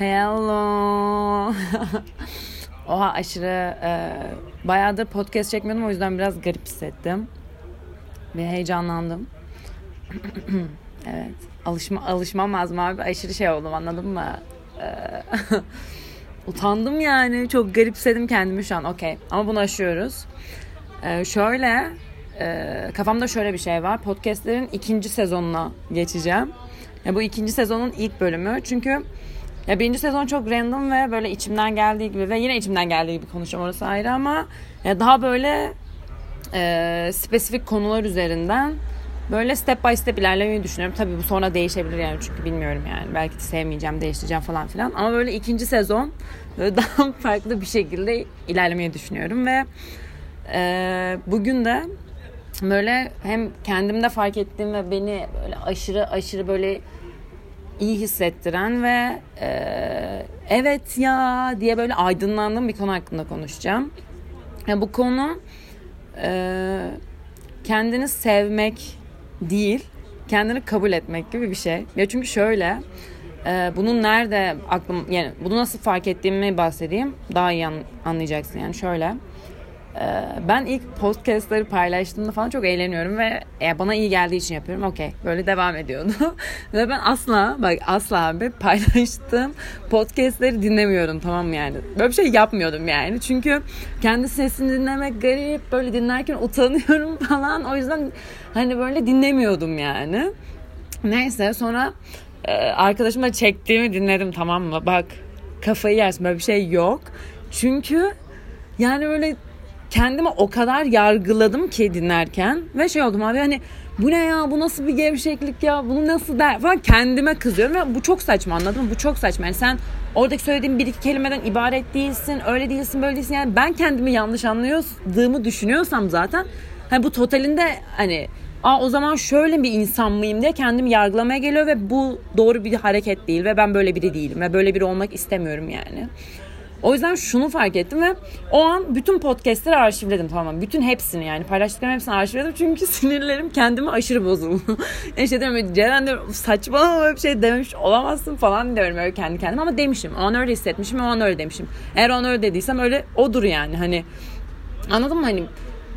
Hello. Oha aşırı bayağıdır podcast çekmiyordum, o yüzden biraz garip hissettim. Ve heyecanlandım. Evet. Alışmam lazım abi. Aşırı şey oldum, anladın mı? Utandım yani. Çok garipsedim kendimi şu an. Okey. Ama bunu aşıyoruz. Kafamda şöyle bir şey var. Podcastlerin 2. sezonuna geçeceğim. Ya bu 2. sezonun ilk bölümü. Çünkü ya 1. sezon çok random ve böyle içimden geldiği gibi ve yine içimden geldiği gibi konuşacağım, orası ayrı, ama ya daha böyle spesifik konular üzerinden böyle step by step ilerlemeyi düşünüyorum. Tabii bu sonra değişebilir yani, çünkü bilmiyorum yani. Belki de sevmeyeceğim, değiştireceğim falan filan. Ama böyle 2. sezon böyle daha farklı bir şekilde ilerlemeyi düşünüyorum ve bugün de böyle hem kendimde fark ettiğim ve beni böyle aşırı böyle iyi hissettiren ve evet ya diye böyle aydınlandığım bir konu hakkında konuşacağım. Yani bu konu kendini sevmek değil, kendini kabul etmek gibi bir şey. Ya çünkü şöyle, bunun nerede yani bunu nasıl fark ettiğimi bahsedeyim, daha iyi anlayacaksın. Yani şöyle, ben ilk podcastları paylaştığımda falan çok eğleniyorum ve bana iyi geldiği için yapıyorum. Okey, böyle devam ediyordu. Ve ben asla abi paylaştığım podcastları dinlemiyorum, tamam mı yani? Böyle bir şey yapmıyordum yani. Çünkü kendi sesini dinlemek garip, böyle dinlerken utanıyorum falan. O yüzden hani böyle dinlemiyordum yani. Neyse, sonra arkadaşımla çektiğimi dinledim, tamam mı? Bak, kafayı yersin, böyle bir şey yok. Çünkü yani böyle kendimi o kadar yargıladım ki dinlerken ve şey oldum abi, hani bu ne ya, bu nasıl bir gevşeklik ya, bunu nasıl der falan, kendime kızıyorum ve bu çok saçma, anladın mı? Bu çok saçma. Yani sen oradaki söylediğin bir iki kelimeden ibaret değilsin, öyle değilsin, böyle değilsin. Yani ben kendimi yanlış anladığımı düşünüyorsam zaten hani bu totalinde hani o zaman şöyle bir insan mıyım diye kendimi yargılamaya geliyor ve bu doğru bir hareket değil ve ben böyle biri değilim ve böyle biri olmak istemiyorum yani. O yüzden şunu fark ettim ve o an bütün podcastleri arşivledim, tamam mı? Bütün hepsini, yani paylaştıklarım hepsini arşivledim çünkü sinirlerim kendime aşırı bozuldu. İşte diyorum, Ceren diyorum, saçmalama, böyle bir şey demiş olamazsın falan diyorum öyle kendi kendime, ama demişim. O an öyle hissetmişim, o an öyle demişim. Eğer o an öyle dediysem öyle odur yani, hani anladın mı? Hani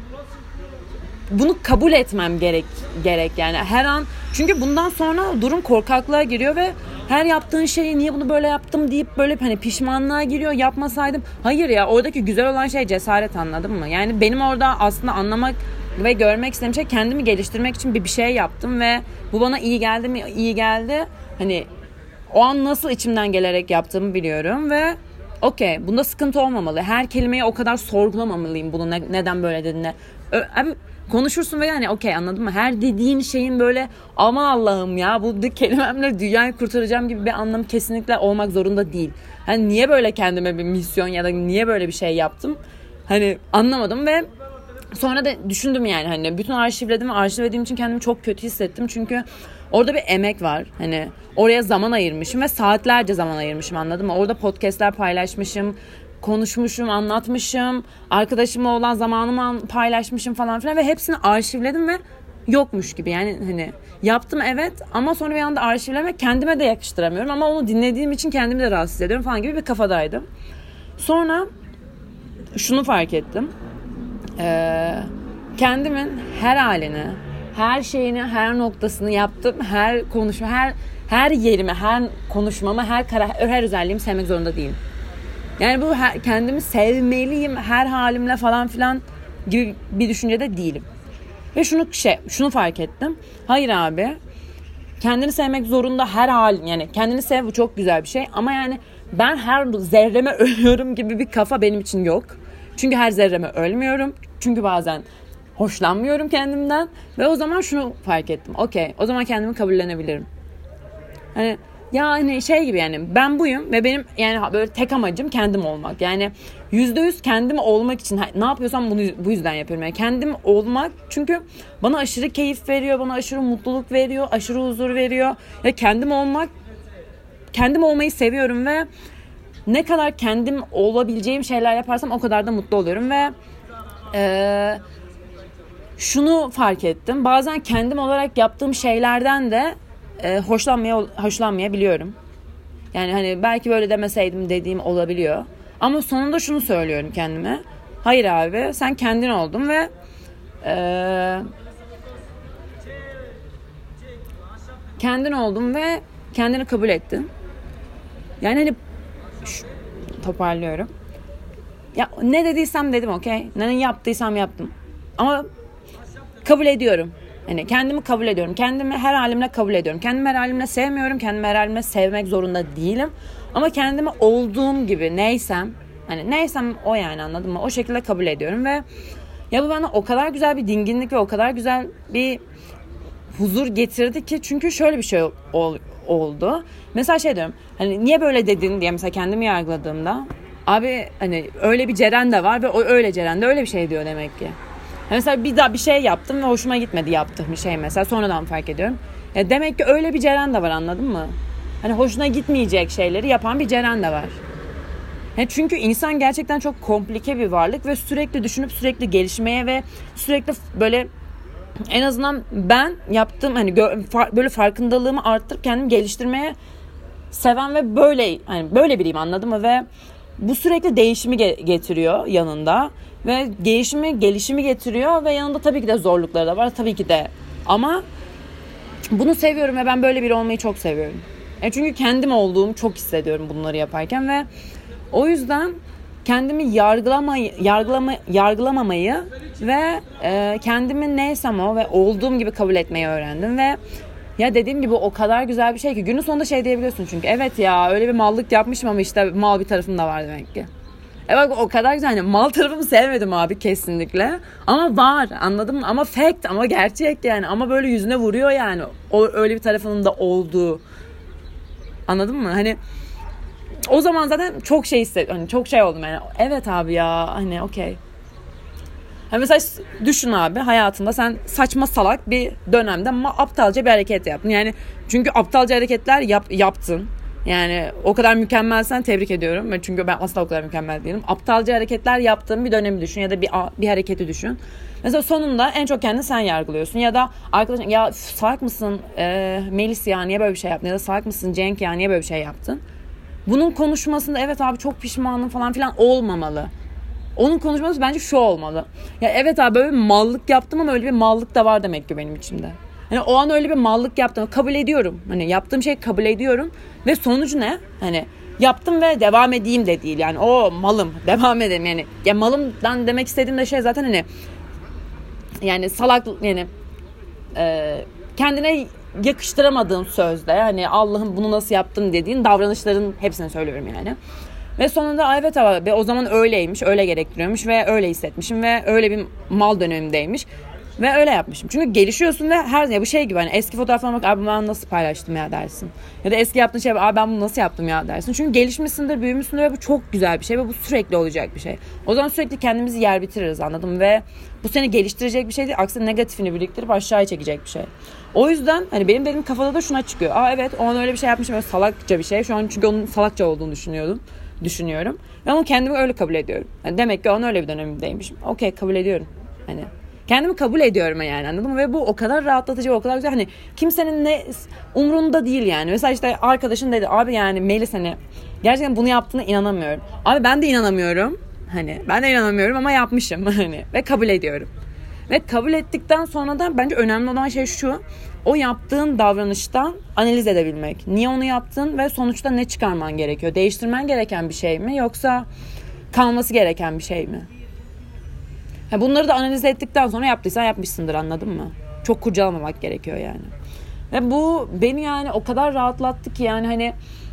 bunu kabul etmem gerek yani her an, çünkü bundan sonra durum korkaklığa giriyor ve her yaptığın şeyi niye bunu böyle yaptım deyip böyle hani pişmanlığa giriyor, yapmasaydım. Hayır ya, oradaki güzel olan şey cesaret, anladın mı? Yani benim orada aslında anlamak ve görmek istediğim şey, kendimi geliştirmek için bir şey yaptım ve bu bana iyi geldi mi? İyi geldi. Hani o an nasıl içimden gelerek yaptığımı biliyorum ve okey, bunda sıkıntı olmamalı. Her kelimeyi o kadar sorgulamamalıyım, bunu neden böyle dediğine. Abi konuşursun ve yani okey, anladın mı? Her dediğin şeyin böyle aman Allah'ım ya bu kelimemle dünyayı kurtaracağım gibi bir anlamı kesinlikle olmak zorunda değil. Hani niye böyle kendime bir misyon ya da niye böyle bir şey yaptım? Hani anlamadım ve sonra da düşündüm yani, hani bütün arşivlediğim için kendimi çok kötü hissettim. Çünkü orada bir emek var. Hani oraya zaman ayırmışım ve saatlerce zaman ayırmışım, anladın mı? Orada podcastler paylaşmışım, konuşmuşum, anlatmışım, arkadaşımla olan zamanımı paylaşmışım falan filan ve hepsini arşivledim ve yokmuş gibi. Yani hani yaptım evet, ama sonra bir anda arşivlemek kendime de yakıştıramıyorum, ama onu dinlediğim için kendimi de rahatsız ediyorum falan gibi bir kafadaydım. Sonra şunu fark ettim. Kendimin her halini, her şeyini, her noktasını yaptım, her konuşma, her yerimi, her konuşmamı, her özelliğimi sevmek zorunda değilim. Yani bu kendimi sevmeliyim her halimle falan filan gibi bir düşüncede değilim. Ve şunu fark ettim. Hayır abi, kendini sevmek zorunda her halin, yani kendini sev, bu çok güzel bir şey, ama yani ben her zerreme ölüyorum gibi bir kafa benim için yok. Çünkü her zerreme ölmüyorum. Çünkü bazen hoşlanmıyorum kendimden ve o zaman şunu fark ettim. Okey, o zaman kendimi kabullenebilirim. Hani yani şey gibi, yani ben buyum ve benim yani böyle tek amacım kendim olmak. Yani %100 kendim olmak için ne yapıyorsam bunu bu yüzden yapıyorum. Yani kendim olmak, çünkü bana aşırı keyif veriyor, bana aşırı mutluluk veriyor, aşırı huzur veriyor. Ya kendim olmayı seviyorum ve ne kadar kendim olabileceğim şeyler yaparsam o kadar da mutlu oluyorum ve şunu fark ettim. Bazen kendim olarak yaptığım şeylerden de hoşlanmayabiliyorum. Yani hani belki böyle demeseydim dediğim olabiliyor. Ama sonunda şunu söylüyorum kendime. Hayır abi, sen kendin oldun ve kendin oldun ve kendini kabul ettin. Yani hani toparlıyorum. Ya ne dediysem dedim, okey. Ne yaptıysam yaptım. Ama kabul ediyorum. Hani kendimi kabul ediyorum. Kendimi her halimle kabul ediyorum. Kendimi her halimle sevmiyorum. Kendimi her halimle sevmek zorunda değilim. Ama kendimi olduğum gibi neysem, hani neysem o, yani anladın mı? O şekilde kabul ediyorum ve ya bu bana o kadar güzel bir dinginlik ve o kadar güzel bir huzur getirdi ki, çünkü şöyle bir şey oldu. Mesela şey diyorum, hani niye böyle dedin diye mesela kendimi yargıladığımda, abi hani öyle bir Ceren de var ve o öyle Ceren de öyle bir şey diyor demek ki. Mesela bir daha bir şey yaptım ve hoşuma gitmedi yaptığım bir şey, mesela sonradan fark ediyorum. Ya demek ki öyle bir Ceren de var, anladın mı? Hani hoşuna gitmeyecek şeyleri yapan bir Ceren de var. Çünkü insan gerçekten çok komplike bir varlık ve sürekli düşünüp sürekli gelişmeye ve sürekli böyle, en azından ben yaptığım hani böyle farkındalığımı arttırıp kendimi geliştirmeye seven ve böyle hani böyle biriyim, anladın mı? Ve bu sürekli değişimi getiriyor yanında ve gelişimi getiriyor ve yanında tabii ki de zorlukları da var tabii ki de, ama bunu seviyorum ve ben böyle biri olmayı çok seviyorum. Çünkü kendim olduğumu çok hissediyorum bunları yaparken ve o yüzden kendimi yargılamamayı ve kendimi neysem o ve olduğum gibi kabul etmeyi öğrendim ve ya dediğim gibi o kadar güzel bir şey ki günün sonunda şey diyebiliyorsun, çünkü evet ya öyle bir mallık yapmışım ama işte mal bir tarafım da var demek ki. Bak o kadar güzel, hani mal tarafımı sevmedim abi kesinlikle, ama var, anladın mı? Ama fact, ama gerçek yani, ama böyle yüzüne vuruyor yani o öyle bir tarafının da olduğu, anladın mı? Hani o zaman zaten çok şey hissettim, hani çok şey oldum yani, evet abi ya hani okey. Yani mesela düşün abi, hayatında sen saçma salak bir dönemde aptalca bir hareket yaptın. Yani çünkü aptalca hareketler yaptın. Yani o kadar mükemmelsen tebrik ediyorum. Çünkü ben asla o kadar mükemmel değilim. Aptalca hareketler yaptığın bir dönemi düşün ya da bir hareketi düşün. Mesela sonunda en çok kendini sen yargılıyorsun. Ya da arkadaşın, ya salak mısın Melis ya niye böyle bir şey yaptın? Ya da salak mısın Cenk ya niye böyle bir şey yaptın? Bunun konuşmasında evet abi çok pişmanım falan filan olmamalı. Onun konuşması bence şu olmalı. Ya evet abi böyle bir mallık yaptım ama öyle bir mallık da var demek ki benim içimde. Hani o an öyle bir mallık yaptım. Kabul ediyorum. Hani yaptığım şeyi kabul ediyorum. Ve sonucu ne? Hani yaptım ve devam edeyim de değil. Yani o malım. Devam edelim yani. Ya malımdan demek istediğim de şey zaten hani yani salak yani kendine yakıştıramadığın sözde, hani Allah'ım bunu nasıl yaptın dediğin davranışların hepsini söylüyorum yani. Ve sonunda evet abi o zaman öyleymiş, öyle gerektiriyormuş ve öyle hissetmişim ve öyle bir mal dönemimdeymiş ve öyle yapmışım. Çünkü gelişiyorsun ve ya bu şey gibi, hani eski fotoğraflarına bak, abi ben nasıl paylaştım ya dersin. Ya da eski yaptığın şey, abi ben bunu nasıl yaptım ya dersin. Çünkü gelişmişsindir, büyümüşsündür ve bu çok güzel bir şey ve bu sürekli olacak bir şey. O zaman sürekli kendimizi yer bitiririz, anladın mı? Ve bu seni geliştirecek bir şey değil, aksine negatifini biriktirip aşağıya çekecek bir şey. O yüzden hani benim kafada da şuna çıkıyor. Evet o an öyle bir şey yapmışım, öyle salakça bir şey. Şu an çünkü onun salakça olduğunu düşünüyorum. Ve onu kendimi öyle kabul ediyorum. Yani demek ki onun öyle bir dönemimdeymişim. Okey, kabul ediyorum. Hani kendimi kabul ediyorum yani, anladın mı? Ve bu o kadar rahatlatıcı, o kadar güzel. Hani kimsenin ne umrunda değil yani. Mesela işte arkadaşın dedi, abi yani Melis hani gerçekten bunu yaptığına inanamıyorum. Abi ben de inanamıyorum. Hani ben de inanamıyorum ama yapmışım hani ve kabul ediyorum. Ve kabul ettikten sonra da bence önemli olan şey şu: o yaptığın davranıştan analiz edebilmek. Niye onu yaptın ve sonuçta ne çıkarman gerekiyor? Değiştirmen gereken bir şey mi yoksa kalması gereken bir şey mi? Bunları da analiz ettikten sonra yaptıysan yapmışsındır, anladın mı? Çok kurcalamamak gerekiyor yani. Ve bu beni yani o kadar rahatlattı ki yani hani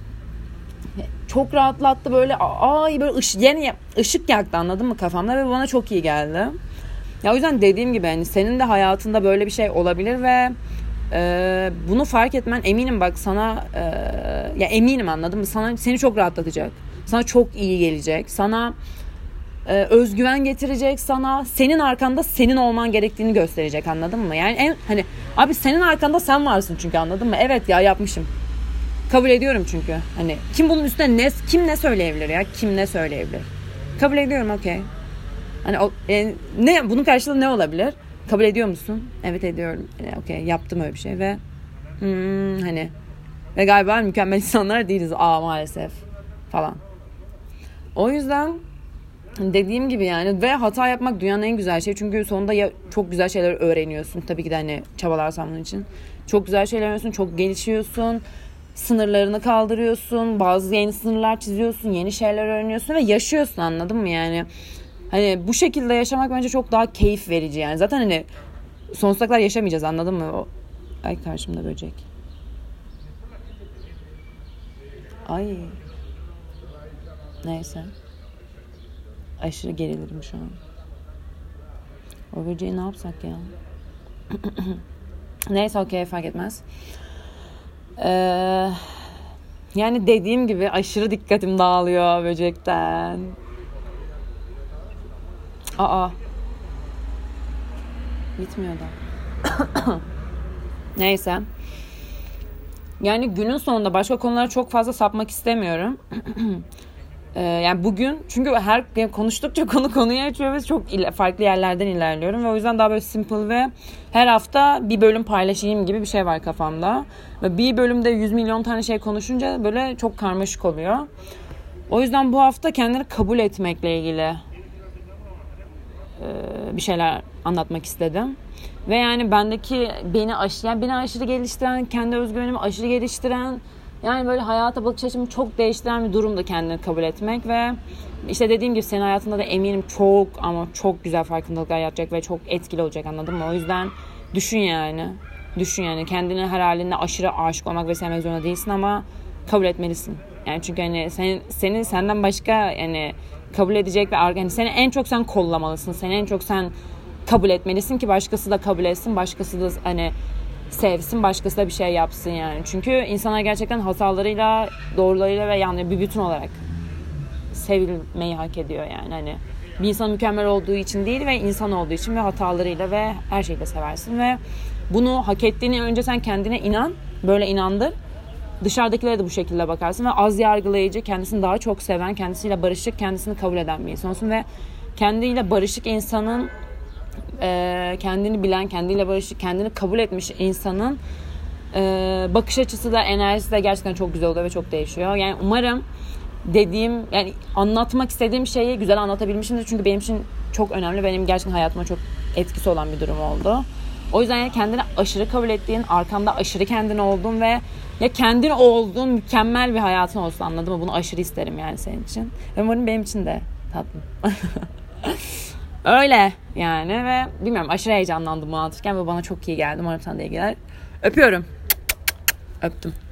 çok rahatlattı, böyle böyle yeni ışık yaktı, anladın mı kafamda, ve bana çok iyi geldi. Ya o yüzden dediğim gibi hani senin de hayatında böyle bir şey olabilir ve bunu fark etmen, eminim bak sana ya eminim, anladın mı? Seni çok rahatlatacak. Sana çok iyi gelecek. Sana özgüven getirecek, sana senin arkanda senin olman gerektiğini gösterecek, anladın mı? Yani hani abi senin arkanda sen varsın çünkü, anladın mı? Evet ya yapmışım. Kabul ediyorum çünkü. Hani kim bunun üstüne kim ne söyleyebilir ya? Kim ne söyleyebilir? Kabul ediyorum, okey. Hani ne bunun karşılığı ne olabilir? Kabul ediyor musun? Evet ediyorum. Okey, yaptım öyle bir şey ve hani Ve galiba mükemmel insanlar değiliz maalesef falan. O yüzden dediğim gibi yani, ve hata yapmak dünyanın en güzel şey. Çünkü sonunda ya çok güzel şeyler öğreniyorsun. Tabii ki de hani çabalarsan bunun için. Çok güzel şeyler öğreniyorsun, çok gelişiyorsun. Sınırlarını kaldırıyorsun. Bazı yeni sınırlar çiziyorsun. Yeni şeyler öğreniyorsun ve yaşıyorsun, anladın mı yani? Hani bu şekilde yaşamak bence çok daha keyif verici yani. Zaten hani sonsuza kadar yaşamayacağız, anladın mı? Ay, karşımda böcek. Ay. Neyse. Aşırı gerilirim şu an. O böceği ne yapsak ya? Neyse, okey, fark etmez. Yani dediğim gibi aşırı dikkatim dağılıyor böcekten. Gitmiyor da. Neyse. Yani günün sonunda başka konulara çok fazla sapmak istemiyorum. Yani bugün çünkü konuştukça konuyu açıyor ve çok farklı yerlerden ilerliyorum ve o yüzden daha böyle simple ve her hafta bir bölüm paylaşayım gibi bir şey var kafamda. Ve bir bölümde 100 milyon tane şey konuşunca böyle çok karmaşık oluyor. O yüzden bu hafta kendini kabul etmekle ilgili bir şeyler anlatmak istedim. Ve yani beni aşırı geliştiren, kendi özgüvenimi aşırı geliştiren, yani böyle hayata bakış açımı çok değiştiren bir durumda kendini kabul etmek. Ve işte dediğim gibi senin hayatında da eminim çok ama çok güzel farkındalıklar yapacak ve çok etkili olacak, anladın mı? O yüzden düşün yani kendine her halinde aşırı aşık olmak ve sevmek zorunda değilsin ama kabul etmelisin. Yani çünkü hani seni senden başka yani kabul edecek ve yani seni en çok sen kollamalısın. Seni en çok sen kabul etmelisin ki başkası da kabul etsin. Başkası da hani sevsin, başkası da bir şey yapsın yani. Çünkü insanlar gerçekten hatalarıyla, doğrularıyla ve yani bir bütün olarak sevilmeyi hak ediyor yani. Hani bir insan mükemmel olduğu için değil ve insan olduğu için ve hatalarıyla ve her şeyle seversin ve bunu hak ettiğini önce sen kendine inan, böyle inandır. Dışarıdakilere de bu şekilde bakarsın ve az yargılayıcı, kendisini daha çok seven, kendisiyle barışık, kendisini kabul eden bir insan olsun ve kendiyle barışık insanın, kendini bilen, kendiyle barışık, kendini kabul etmiş insanın bakış açısı da, enerjisi de gerçekten çok güzel oluyor ve çok değişiyor. Yani umarım yani anlatmak istediğim şeyi güzel anlatabilmişimdir. Çünkü benim için çok önemli. Benim gerçekten hayatıma çok etkisi olan bir durum oldu. O yüzden yani kendini aşırı kabul ettiğin, arkanda aşırı kendin olduğun ve ya kendin olduğun mükemmel bir hayatın olsun, anladın mı? Bunu aşırı isterim yani senin için. Ve umarım benim için de tatlım. Öyle yani ve bilmiyorum, aşırı heyecanlandım bunu anlatırken ve bana çok iyi geldi. Umarım sana da iyi gelir. Öpüyorum. Öptüm.